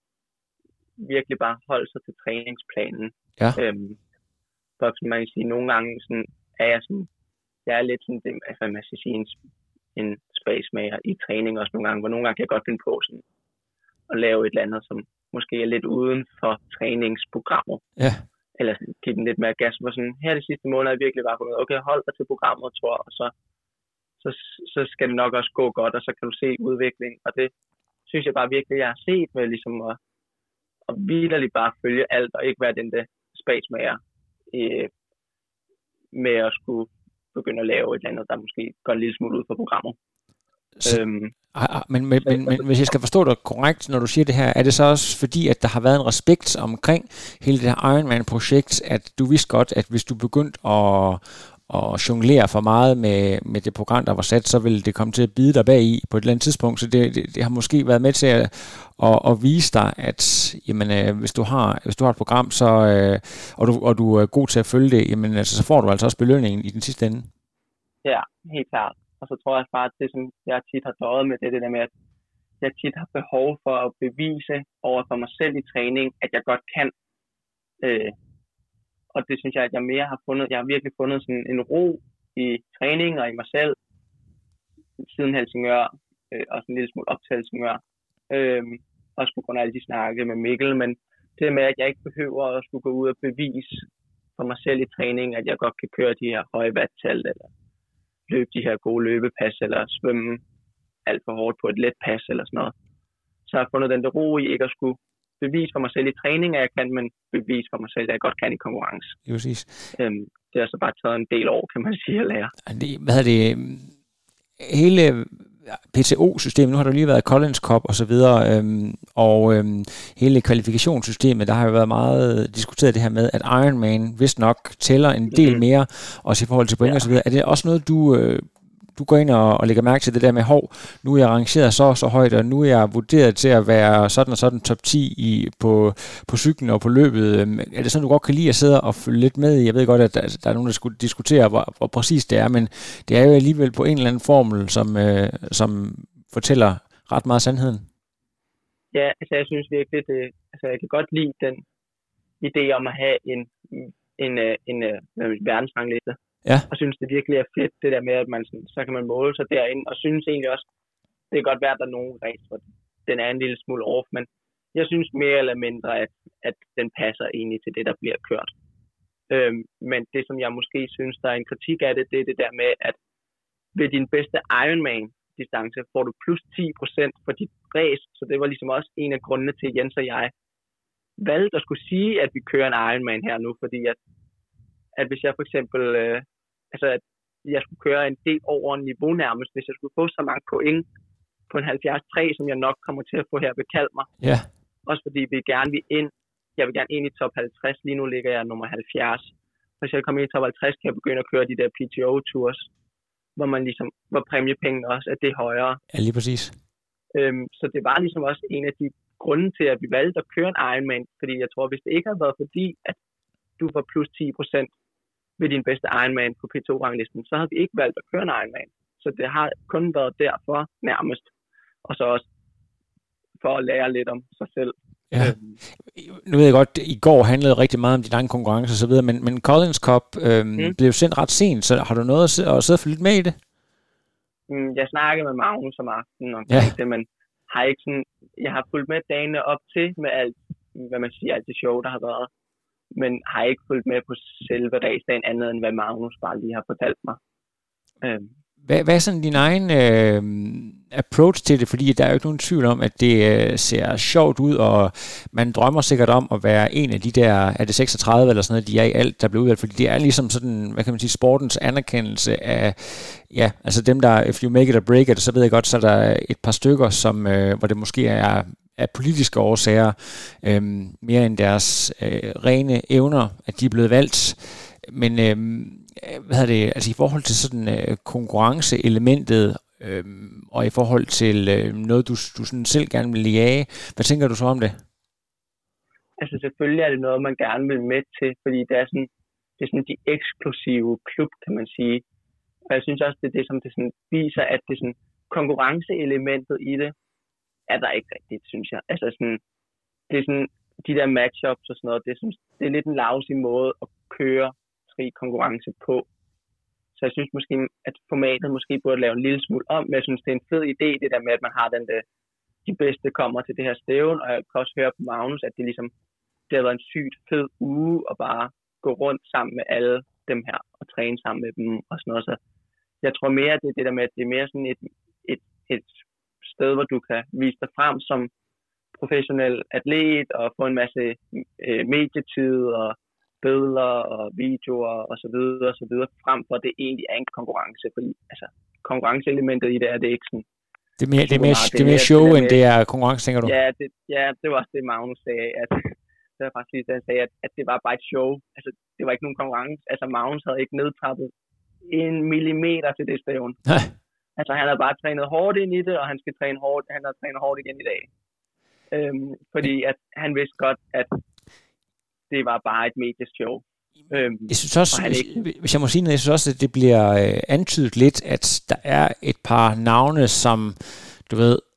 virkelig bare holde sig til træningsplanen. Ja. Øhm, for som man kan sige, nogle gange sådan, er jeg sådan, jeg er lidt sådan, det, altså man skal sige, en, en spacemager i træning også nogle gange, hvor nogle gange kan jeg godt finde på sådan, at lave et eller andet, som måske er lidt uden for træningsprogrammet. Ja. Eller sådan, give den lidt mere gas, hvor sådan, her de sidste måneder er virkelig bare fundet, okay, hold dig til programmet, tror jeg, og så, så, så skal det nok også gå godt, og så kan du se udvikling, og det synes jeg bare virkelig, jeg har set med ligesom at, at vitterligt bare følge alt, og ikke være den der spacemager øh, med at skulle begynde at lave et eller andet, der måske går en lille smule ud for programmet. Så, øhm, men, men, men, men hvis jeg skal forstå dig korrekt, når du siger det her, er det så også fordi, at der har været en respekt omkring hele det her Ironman-projekt, at du vidste godt, at hvis du begyndte at, at jonglere for meget med, med det program, der var sat, så ville det komme til at bide dig bag i på et eller andet tidspunkt. Så det, det, det har måske været med til at, at, at vise dig, at jamen, øh, hvis, du har, hvis du har et program, så, øh, og, du, og du er god til at følge det, jamen, altså, så får du altså også belønningen i den sidste ende. Ja, helt klart. Og så tror jeg bare, at det, som jeg tit har døjet med, det er det der med, at jeg tit har behov for at bevise over for mig selv i træning, at jeg godt kan. Øh, og det synes jeg, at jeg mere har fundet. Jeg har virkelig fundet sådan en ro i træning og i mig selv, siden Helsingør, øh, og sådan en lille smule op til Helsingør. Øh, også på grund af alle de snakke med Mikkel, men det med, at jeg ikke behøver at skulle gå ud og bevise for mig selv i træning, at jeg godt kan køre de her høje watttal, eller løbe de her gode løbepas, eller svømme alt for hårdt på et let pas, eller sådan noget. Så jeg har fundet den der ro i ikke at skulle bevise for mig selv i træning, at jeg kan, men bevise for mig selv, at jeg godt kan i konkurrence. Det er præcis. Øhm, det har så bare taget en del år, kan man sige, at lære. Hvad er det? Hele P T O-systemet, nu har der lige været Collins Cup og så videre, øhm, og øhm, hele kvalifikationssystemet, der har jo været meget diskuteret det her med, at Ironman vist nok tæller en del mm-hmm. mere, også i forhold til point ja. og så videre. Er det også noget, du, øh, du går ind og, og lægger mærke til det der med, hov, nu er jeg rangeret så så højt, og nu er jeg vurderet til at være sådan og sådan top ti i, på, på cyklen og på løbet. Er det sådan, du godt kan lide at sidde og følge lidt med i? Jeg ved godt, at der, der er nogen, der skulle diskutere, hvor, hvor præcis det er, men det er jo alligevel på en eller anden formel, som, øh, som fortæller ret meget sandheden. Ja, altså jeg synes virkelig, det, altså jeg kan godt lide den idé om at have en, en, en, en, en verdensrangliste. Ja. Og synes det virkelig er fedt, det der med, at man sådan, så kan man måle sig derinde, og synes egentlig også, det kan godt være, at der er nogen race, hvor den er en lille smule off, men jeg synes mere eller mindre, at, at den passer egentlig til det, der bliver kørt. Øhm, men det, som jeg måske synes, der er en kritik af det, det er det der med, at ved din bedste Ironman-distance får du plus ti procent for dit race, så det var ligesom også en af grundene til, Jens og jeg valgte at skulle sige, at vi kører en Ironman her nu, fordi at, at hvis jeg for eksempel, øh, altså at jeg skulle køre en del over niveau nærmest, hvis jeg skulle få så mange point på en halvfjerds tre, som jeg nok kommer til at få her ved Kalmar. Ja. Også fordi vi gerne vil ind, jeg vil gerne ind i top halvtreds, lige nu ligger jeg nummer halvfjerds. Hvis jeg kommer ind i top halvtreds, kan jeg begynde at køre de der P T O-tours, hvor man ligesom, hvor præmiepengene også er det højere. Ja, lige præcis. Øhm, så det var ligesom også en af de grunde til, at vi valgte at køre en Ironman, fordi jeg tror, hvis det ikke havde været fordi, at du var plus ti procent ved din bedste Ironman på P to ranglisten, så havde vi ikke valgt at køre en Ironman. Så det har kun været derfor nærmest. Og så også for at lære lidt om sig selv. Ja. Nu ved jeg godt, i går handlede rigtig meget om de lange konkurrencer og så videre, men, men Collins Cup øhm, mm. blev sendt ret sent, så har du noget at sidde, at sidde og følge lidt med i det? Mm, jeg snakkede med Magnus om aftenen om ja. det, men har ikke sådan, jeg har fulgt med dagene op til med alt, hvad man siger, alt det show, der har været, men har ikke fulgt med på selve racedagen andet, end hvad Magnus bare lige har fortalt mig. Øhm. Hvad, hvad er sådan din egen øh, approach til det? Fordi der er jo ikke nogen tvivl om, at det øh, ser sjovt ud, og man drømmer sikkert om at være en af de der, er det seksogtredive eller sådan noget, de er i alt, der bliver udvalgt, fordi det er ligesom sådan, hvad kan man sige, sportens anerkendelse af, ja, altså dem der, if you make it or break it, så ved jeg godt, så er der et par stykker, som, øh, hvor det måske er af politiske årsager, øh, mere end deres øh, rene evner, at de er blevet valgt. Men øh, hvad er det, altså i forhold til sådan øh, konkurrenceelementet øh, og i forhold til øh, noget, du, du sådan selv gerne vil jage, hvad tænker du så om det? Altså selvfølgelig er det noget, man gerne vil med til, fordi det er sådan, det er sådan de eksklusive klub, kan man sige. Og jeg synes også, det er det, som det sådan viser, at det sådan konkurrenceelementet i det, er der ikke rigtigt, synes jeg. Altså sådan, det er sådan, de der matchups og sådan noget, det er, sådan, det er lidt en lousy måde at køre fri konkurrence på. Så jeg synes måske, at formatet måske burde lave en lille smule om, men jeg synes, det er en fed idé, det der med, at man har den der, de bedste kommer til det her stævn, og jeg kan også høre på Magnus, at det ligesom, det har været en sygt fed uge, at bare gå rundt sammen med alle dem her, og træne sammen med dem, og sådan noget. Så jeg tror mere, det er det der med, at det er mere sådan et, et, et sted, hvor du kan vise dig frem som professionel atlet, og få en masse øh, medietid, og billeder og videoer og så videre og så videre, frem for det egentlig er en konkurrence, fordi altså, konkurrenceelementet i det er det ikke sådan. Det er mere, det er mere, det er mere show, end det er konkurrence, tænker du? Ja, det, ja, det var også det, Magnus sagde, at det var faktisk det, han sagde, at, at det var bare et show. Altså, det var ikke nogen konkurrence. Altså, Magnus havde ikke nedtrappet en millimeter til det stævn. Altså, han havde bare trænet hårdt ind i det, og han skal træne hårdt, han har trænet hårdt igen i dag. Øhm, fordi at han vidste godt, at det var bare et medieshow. Øhm, jeg synes også, hvis, hvis jeg må sige noget, jeg synes også, at det bliver øh, antydet lidt, at der er et par navne, som, du ved,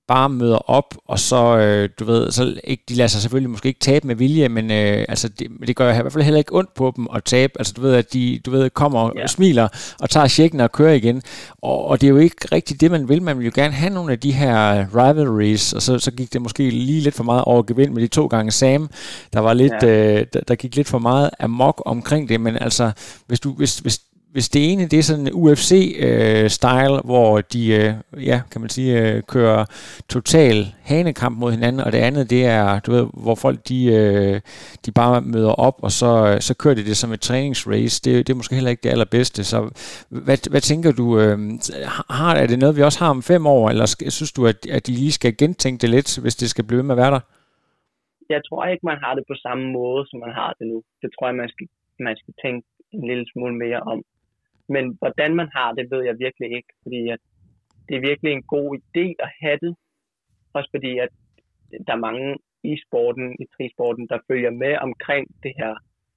bare møder op, og så, øh, du ved, så ikke, de lader sig selvfølgelig måske ikke tabe med vilje, men øh, altså, det, det gør i hvert fald heller ikke ondt på dem at tabe. Altså, du ved, at de, du ved, kommer og yeah. smiler og tager checken og kører igen. Og, og det er jo ikke rigtigt det, man vil. Man vil jo gerne have nogle af de her rivalries, og så, så gik det måske lige lidt for meget over gevind med de to gange Sam. Der var lidt, yeah. øh, der, der gik lidt for meget amok omkring det, men altså, hvis du, hvis, hvis Hvis det ene, det er sådan en U F C-style, øh, hvor de, øh, ja, kan man sige, øh, kører total hanekamp mod hinanden, og det andet, det er, du ved, hvor folk, de, øh, de bare møder op, og så, så kører de det som et træningsrace. Det, det er måske heller ikke det allerbedste. Så hvad, hvad tænker du, øh, har, er det noget, vi også har om fem år, eller skal, synes du, at, at de lige skal gentænke det lidt, hvis det skal blive ved med at være der? Jeg tror ikke, man har det på samme måde, som man har det nu. Det tror jeg, man skal, man skal tænke en lille smule mere om. Men hvordan man har det, ved jeg virkelig ikke, fordi at det er virkelig en god idé at have det. Også fordi, at der er mange i sporten, i trisporten, der følger med omkring det her,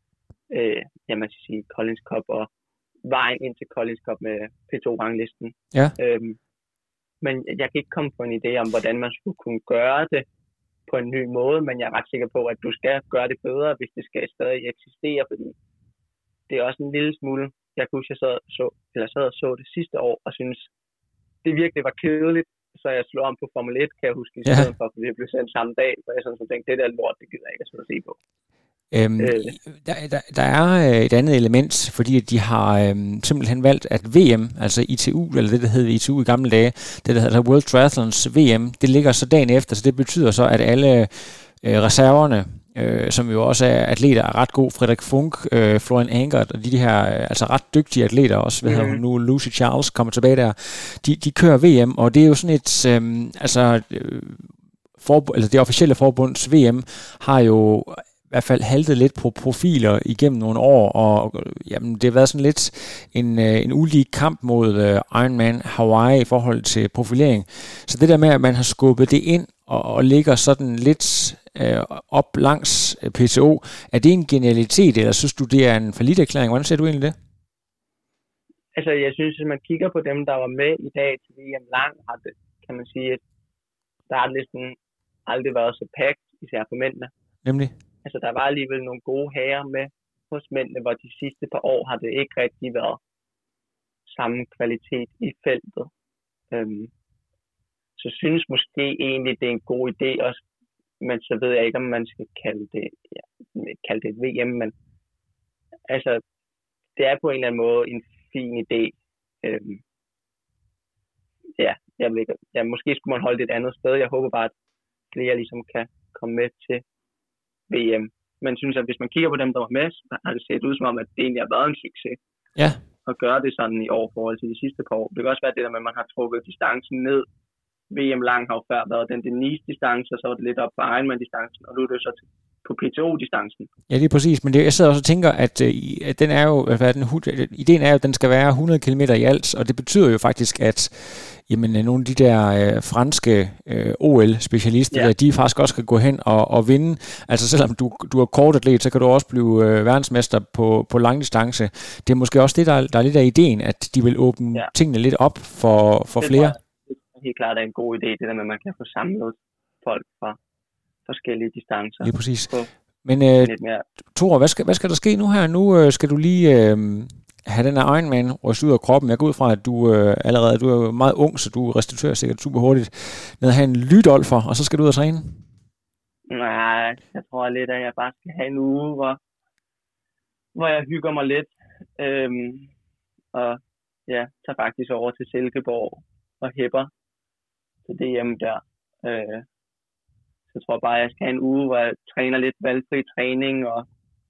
øh, ja, man skal sige, Collins Cup og vejen ind til Collins Cup med P to-ranglisten. Ja. Øhm, men jeg kan ikke komme på en idé om, hvordan man skulle kunne gøre det på en ny måde, men jeg er ret sikker på, at du skal gøre det bedre, hvis det skal stadig eksistere, fordi det er også en lille smule. Jeg kunne huske, jeg sad, så, eller sad og så det sidste år, og synes det virkelig var kedeligt, så jeg slog om på Formel et, kan jeg huske, i stedet ja. for, fordi det blev sendt samme dag, så jeg sådan, så tænkte, det der lort, det gider jeg ikke at se på. Øhm, øh. der, der, der er et andet element, fordi de har øhm, simpelthen valgt, at V M, altså I T U, eller det der hed I T U i gamle dage, det der hedder World Triathlons V M, det ligger så dagen efter, så det betyder så, at alle øh, reserverne, Øh, som jo også er atleter, er ret god. Frederik Funk, øh, Florian Angert og de, de her øh, altså ret dygtige atleter også, hvad mm. hedder hun nu, Lucy Charles kommer tilbage der. De, de kører V M, og det er jo sådan et, øh, altså, øh, for, altså det officielle forbunds V M har jo i hvert fald haltet lidt på profiler igennem nogle år, og jamen, det har været sådan lidt en, en ulige kamp mod uh, Ironman Hawaii i forhold til profilering. Så det der med, at man har skubbet det ind og, og ligger sådan lidt øh, op langs P T O, er det en genialitet, eller synes du, det er en falliterklæring? Hvordan ser du egentlig det? Altså, jeg synes, hvis man kigger på dem, der var med i dag til V M lang, har det, kan man sige, at startlisten aldrig været så packed, især på mændene. Nemlig? Altså, der var alligevel nogle gode herrer med hos mændene, hvor de sidste par år har det ikke rigtig været samme kvalitet i feltet. Øhm, så synes måske egentlig, det er en god idé også, men så ved jeg ikke, om man skal kalde det, ja, kalde det et V M, men altså, det er på en eller anden måde en fin idé. Øhm, ja, jeg ved ikke, ja, måske skulle man holde det et andet sted. Jeg håber bare, at flere ligesom kan komme med til V M. Men synes, at hvis man kigger på dem, der var med, så har det set ud som om, at det egentlig har været en succes. Ja. At gøre det sådan i år forhold til de sidste par år. Det kan også være det der med, at man har trukket distancen ned. V M lang har jo før været den Denise-distance, og så var det lidt op på Ironman-distancen, og nu er det jo så på P T O-distancen. Ja, det er præcis, men det, jeg sidder også og tænker, at, øh, at den er jo, hvad den, ideen er jo, at den skal være hundrede kilometer i alt, og det betyder jo faktisk, at jamen, nogle af de der øh, franske øh, O L-specialister, ja. der, de faktisk også kan gå hen og, og vinde. Altså selvom du, du er kortatlet, så kan du også blive øh, verdensmester på, på langdistance. Det er måske også det, der, der er lidt af ideen, at de vil åbne ja. tingene lidt op for, for flere. Det er helt klart er en god idé, det der med, at man kan få samlet folk fra forskellige distancer. Det er præcis. Men øh, Thor, hvad skal, hvad skal der ske nu her? Nu øh, skal du lige øh, have den her Ironman rystet ud af kroppen. Jeg går ud fra, at du øh, allerede du er meget ung, så du restituerer sikkert super hurtigt. Ned at have en lydolfer, og så skal du ud og træne? Nej, jeg tror lidt, at jeg bare skal have en uge, hvor, hvor jeg hygger mig lidt. Øhm, og ja, tager faktisk over til Silkeborg og hæpper til D M der. Øh, Så jeg tror bare, at jeg skal have en uge, hvor jeg træner lidt valgfri træning, og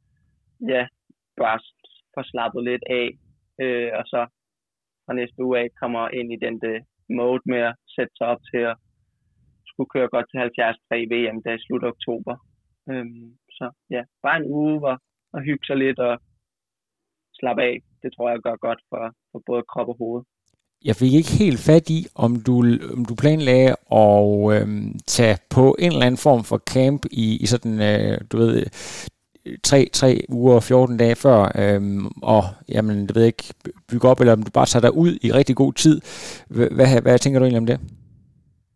ja, bare får slappet lidt af. Øh, og så fra næste uge af kommer ind i den de mode med at sætte sig op til at skulle køre godt til halvfjerds tre V M, der i slut oktober. Øh, så ja, bare en uge, hvor at hygge sig lidt og slappe af. Det tror jeg gør godt for, for både krop og hoved. Jeg fik ikke helt fat i, om du, om du planlagde at øhm, tage på en eller anden form for camp i, i sådan, øh, du ved, tre, tre uger og fjorten dage før, øhm, og jamen, det ved jeg ikke, bygge op, eller om du bare tager dig ud i rigtig god tid. Hvad, hvad, hvad tænker du egentlig om det?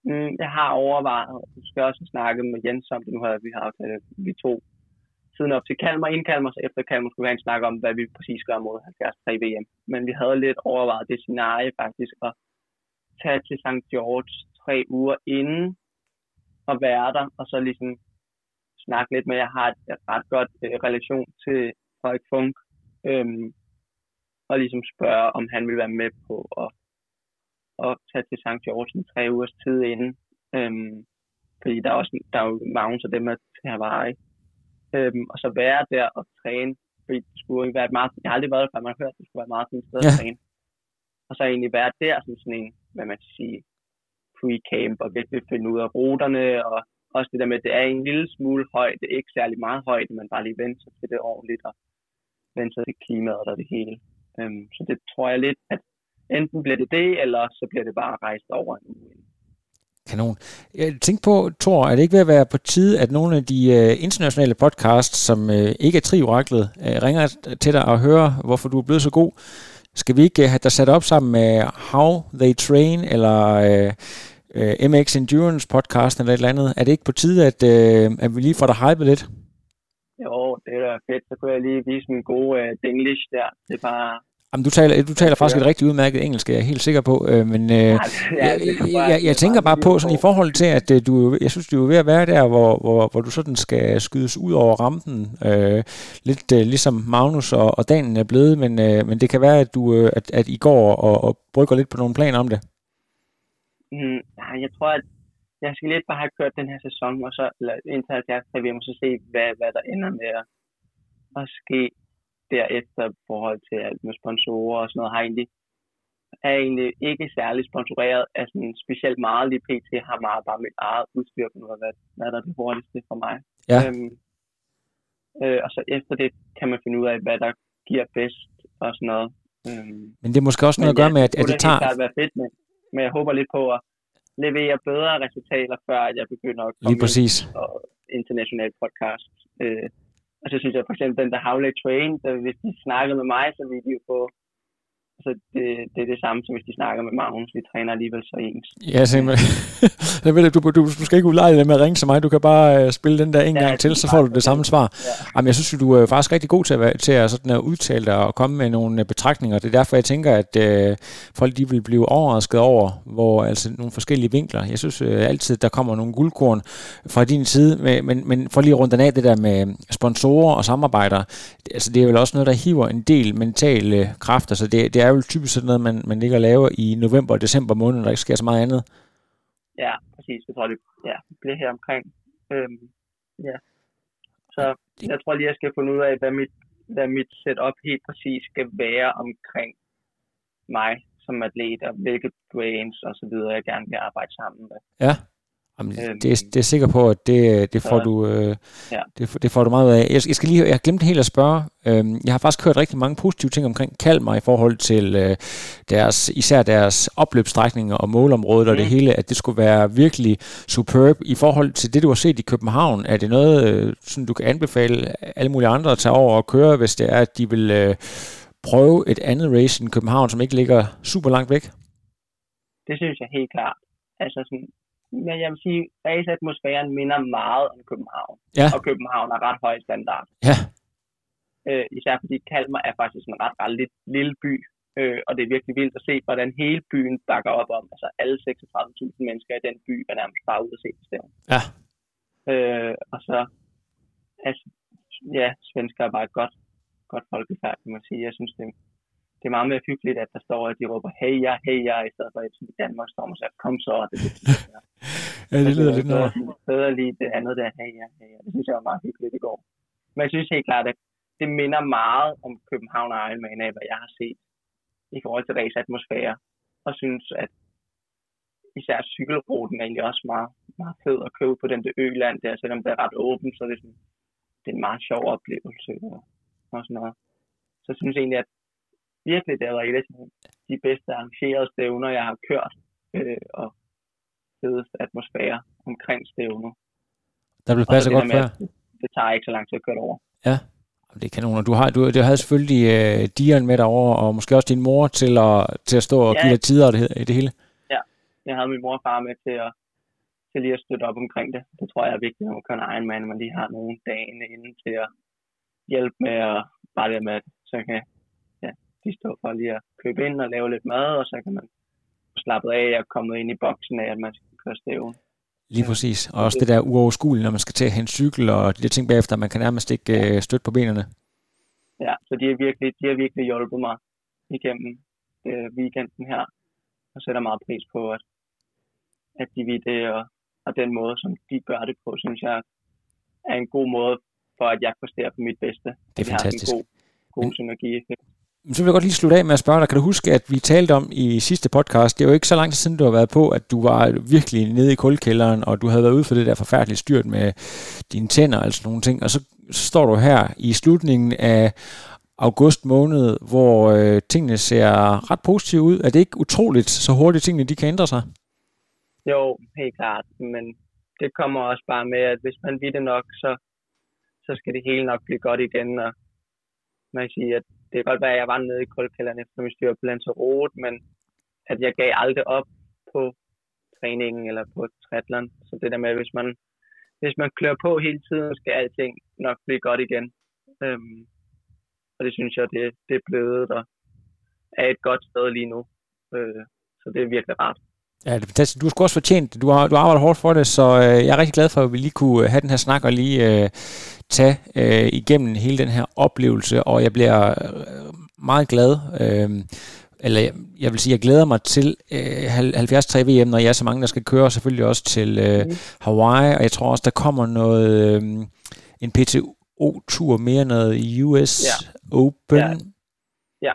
Mm, jeg har overvejet, og du skal også snakke med Jens om det. Nu har vi har aftalt, vi to siden op til Kalmar, inden Kalmar, så efter Kalmar skulle vi have en snak om, hvad vi præcis gør mod halvfjerds tre V M. Men vi havde lidt overvejet det scenarie faktisk, at tage til Sankt George tre uger inden og være der, og så ligesom snakke lidt med, jeg har et, et ret godt øh, relation til Frederik Funk, øhm, og ligesom spørge, om han vil være med på at, at tage til Sankt George en tre ugers tid inden. Øhm, fordi der er, også, der er jo mange af dem at til Hawaii. Øhm, og så være der og træne, fordi det skulle ikke være et meget, jeg har aldrig været der, før man har hørt, det skulle være et meget fint sted at træne. Og så egentlig være der som sådan en, hvad man skal sige, pre-camp, og virkelig finde ud af ruterne, og også det der med, at det er en lille smule højt, det er ikke særlig meget højt, men bare lige vente sig til det ordentligt, og vente sig til klimaet og det hele. Øhm, så det tror jeg lidt, at enten bliver det det, eller så bliver det bare rejst over en uge. Kanon. Jeg tænker på, Thor, er det ikke ved at være på tide, at nogle af de uh, internationale podcasts, som uh, ikke er Tri-oraklet, uh, ringer til dig og hører, hvorfor du er blevet så god? Skal vi ikke uh, have dig sat op sammen med How They Train, eller uh, uh, M X Endurance podcast, eller et eller andet? Er det ikke på tide, at, uh, at vi lige får dig hypet lidt? Jo, det er da fedt. Så kunne jeg lige vise min gode uh, denglish der. Det er bare... Jamen, du taler, du taler faktisk et rigtig udmærket engelsk, jeg er helt sikker på, øh, men øh, ja, jeg, jeg, jeg tænker bare på, sådan i forhold til, at øh, du, jeg synes, du er ved at være der, hvor, hvor, hvor du sådan skal skydes ud over rampen, øh, lidt øh, ligesom Magnus og, og Daniel er blevet, men, øh, men det kan være, at, du, øh, at, at I går og, og brygger lidt på nogle planer om det. Mm, nej, jeg tror, at jeg skal lidt bare have kørt den her sæson, og så indtil halvfjerds tre V M, og så se, hvad, hvad der ender med at, at ske derefter i forhold til alt med sponsorer og sådan noget, har egentlig, er egentlig ikke særlig sponsoreret af sådan specielt meget. Lige P T har meget bare mit eget udstyr på noget, hvad, hvad der er det hurtigste for mig. Ja. Øhm, øh, og så efter det kan man finde ud af, hvad der giver bedst og sådan noget. Øhm, men det er måske også noget at gøre med, at, at det tager... Det kan være fedt, men, men jeg håber lidt på at levere bedre resultater, før at jeg begynder at komme lige præcis. Og international podcast. Øh, Og så synes jeg for eksempel, den der How They Train, der, hvis de snakker med mig, så vil de jo få... Altså, det, det er det samme, som hvis de snakker med Magnus. Vi træner alligevel så ens. Ja, simpelthen. Jeg ved, du, du, du skal ikke ulejlige dig med at ringe til mig. Du kan bare uh, spille den der en ja, gang til, så får du det samme svar. Ja. Jamen, jeg synes, du er faktisk rigtig god til at, til at, sådan at udtale dig og komme med nogle betragtninger. Det er derfor, jeg tænker, at uh, folk de vil blive overrasket over, hvor altså nogle forskellige vinkler. Jeg synes uh, altid, der kommer nogle guldkorn fra din side. Men, men, men for lige rundt den af det der med sponsorer og samarbejder, altså det er vel også noget, der hiver en del mentale kræfter, så det, det er jo typisk sådan noget, man, man ligger og laver i november og december måned, der ikke sker så meget andet. Ja, præcis. Jeg tror, det ja, bliver her omkring. Øhm, ja. Så jeg tror lige, jeg skal finde ud af, hvad mit, hvad mit setup helt præcis skal være omkring mig som atlet, og hvilke brains og så videre, jeg gerne vil arbejde sammen med. Ja. Jamen, øhm, det, er, det er sikker på, at det, det, får, så, du, øh, ja. det, det får du meget ud af. Jeg, jeg skal lige, jeg har glemt helt at spørge. Øhm, jeg har faktisk hørt rigtig mange positive ting omkring Kalmar i forhold til øh, deres, især deres opløbsstrækninger og målområdet mm. og det hele, at det skulle være virkelig superb. I forhold til det, du har set i København, er det noget, øh, sådan, du kan anbefale alle mulige andre at tage over og køre, hvis det er, at de vil øh, prøve et andet race end København, som ikke ligger super langt væk? Det synes jeg helt klart. Altså sådan, men jeg vil sige, at raceatmosfæren minder meget om København. Ja. Og København er ret høj standard. Ja. Øh, især fordi Kalmar er faktisk en ret, ret lille, lille by. Øh, og det er virkelig vildt at se, hvordan hele byen bakker op om. Altså alle seksogtredive tusind mennesker i den by er nærmest bare ude at se på stævn. Ja. Øh, og så, altså, ja, svensker er bare et godt, godt folkefærd, kan man sige. Jeg synes, det, det er meget mere hyggeligt, at der står, at de råber, hey ja, hey ja, i stedet for at i Danmark står man så, kom så, og det er det. Ja, det lyder lidt noget. Jeg bedre lige det andet der, hey ja, hey ja. Det synes jeg var meget hyggeligt i går. Men jeg synes helt klart, at det minder meget om København og Ironman af, hvad jeg har set i forhold til raceatmosfære. Og synes, at især cykelruten er egentlig også meget, meget fed at køre ud på den der øland der, selvom det er ret åbent, så det er, sådan, det er en meget sjov oplevelse og, og sådan noget. Så jeg synes egentlig, at virkelig det har været et af de bedste arrangerede stævner, jeg har kørt, øh, og fedeste atmosfære omkring stævner. Der bliver passet godt før. Det, det tager ikke så lang tid at køre over. Ja, det er kanoner. Du har, du, du havde selvfølgelig uh, Dion med derovre, og måske også din mor til at, til at stå og ja. give dig tider og det, det hele. Ja, jeg havde min mor og far med til at, til lige at støtte op omkring det. Det tror jeg er vigtigt, når man kører en Ironman, at man lige har nogle dage inden til at hjælpe med at bare det med, at så kan ja, de stå for lige at købe ind og lave lidt mad, og så kan man slappe af og komme ind i boksen af, at man skal køre stævn. Lige præcis. Og også det der uoverskuelige, når man skal til at hente cykel, og de der ting bagefter, man kan nærmest ikke øh, støtte på benene. Ja, så de har virkelig, de har virkelig hjulpet mig igennem øh, weekenden her, og sætter meget pris på, at, at de vil det, og, og den måde, som de gør det på, synes jeg er en god måde, for at jeg præsterer på mit bedste. Det er fantastisk. En god, god synergi. Så vil jeg godt lige slutte af med at spørge dig, kan du huske, at vi talte om i sidste podcast, det er jo ikke så lang tid siden, du har været på, at du var virkelig nede i kulkælderen, og du havde været ude for det der forfærdelige styrt med dine tænder og altså nogle ting, og så, så står du her i slutningen af august måned, hvor øh, tingene ser ret positive ud. Er det ikke utroligt, så hurtigt tingene de kan ændre sig? Jo, helt klart, men det kommer også bare med, at hvis man vil det nok, så, så skal det hele nok blive godt igen, og man kan sige, at det kan godt være, at jeg var nede i kulkælderen efter min styr på Lanzarote, men at jeg gav aldrig op på træningen eller på triathlon. Så det der med, at hvis man, hvis man klør på hele tiden, skal alting nok blive godt igen. Øhm, og det synes jeg, det, det er blevet og er et godt sted lige nu. Øh, så det er virkelig rart. Ja, det er fantastisk. Du har sgu også fortjent, du har, du har arbejdet hårdt for det, så øh, jeg er rigtig glad for, at vi lige kunne have den her snak og lige øh, tage øh, igennem hele den her oplevelse, og jeg bliver øh, meget glad, øh, eller jeg, jeg vil sige, jeg glæder mig til øh, halvfjerds tre V M, når jeg er så mange, der skal køre, selvfølgelig også til øh, mm. Hawaii, og jeg tror også, der kommer noget, øh, en P T O-tur mere, noget i U S ja. Open. Ja. ja,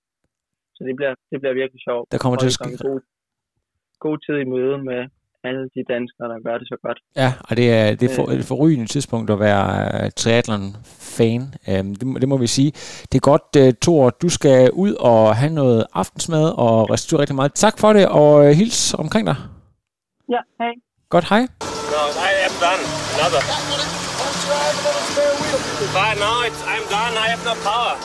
så det bliver, det bliver virkelig sjovt. Der kommer til at ske god tid i møde med alle de danskere, der gør det så godt. Ja, og det er, det er for, et forrygende tidspunkt at være uh, triathlon-fan. Um, det, det må vi sige. Det er godt, uh, Thor, du skal ud og have noget aftensmad og restituere rigtig meget. Tak for det, og uh, hils omkring dig. Ja, hej. Godt, hej. No, I am done. Another. But now it's, I'm done. I have no power.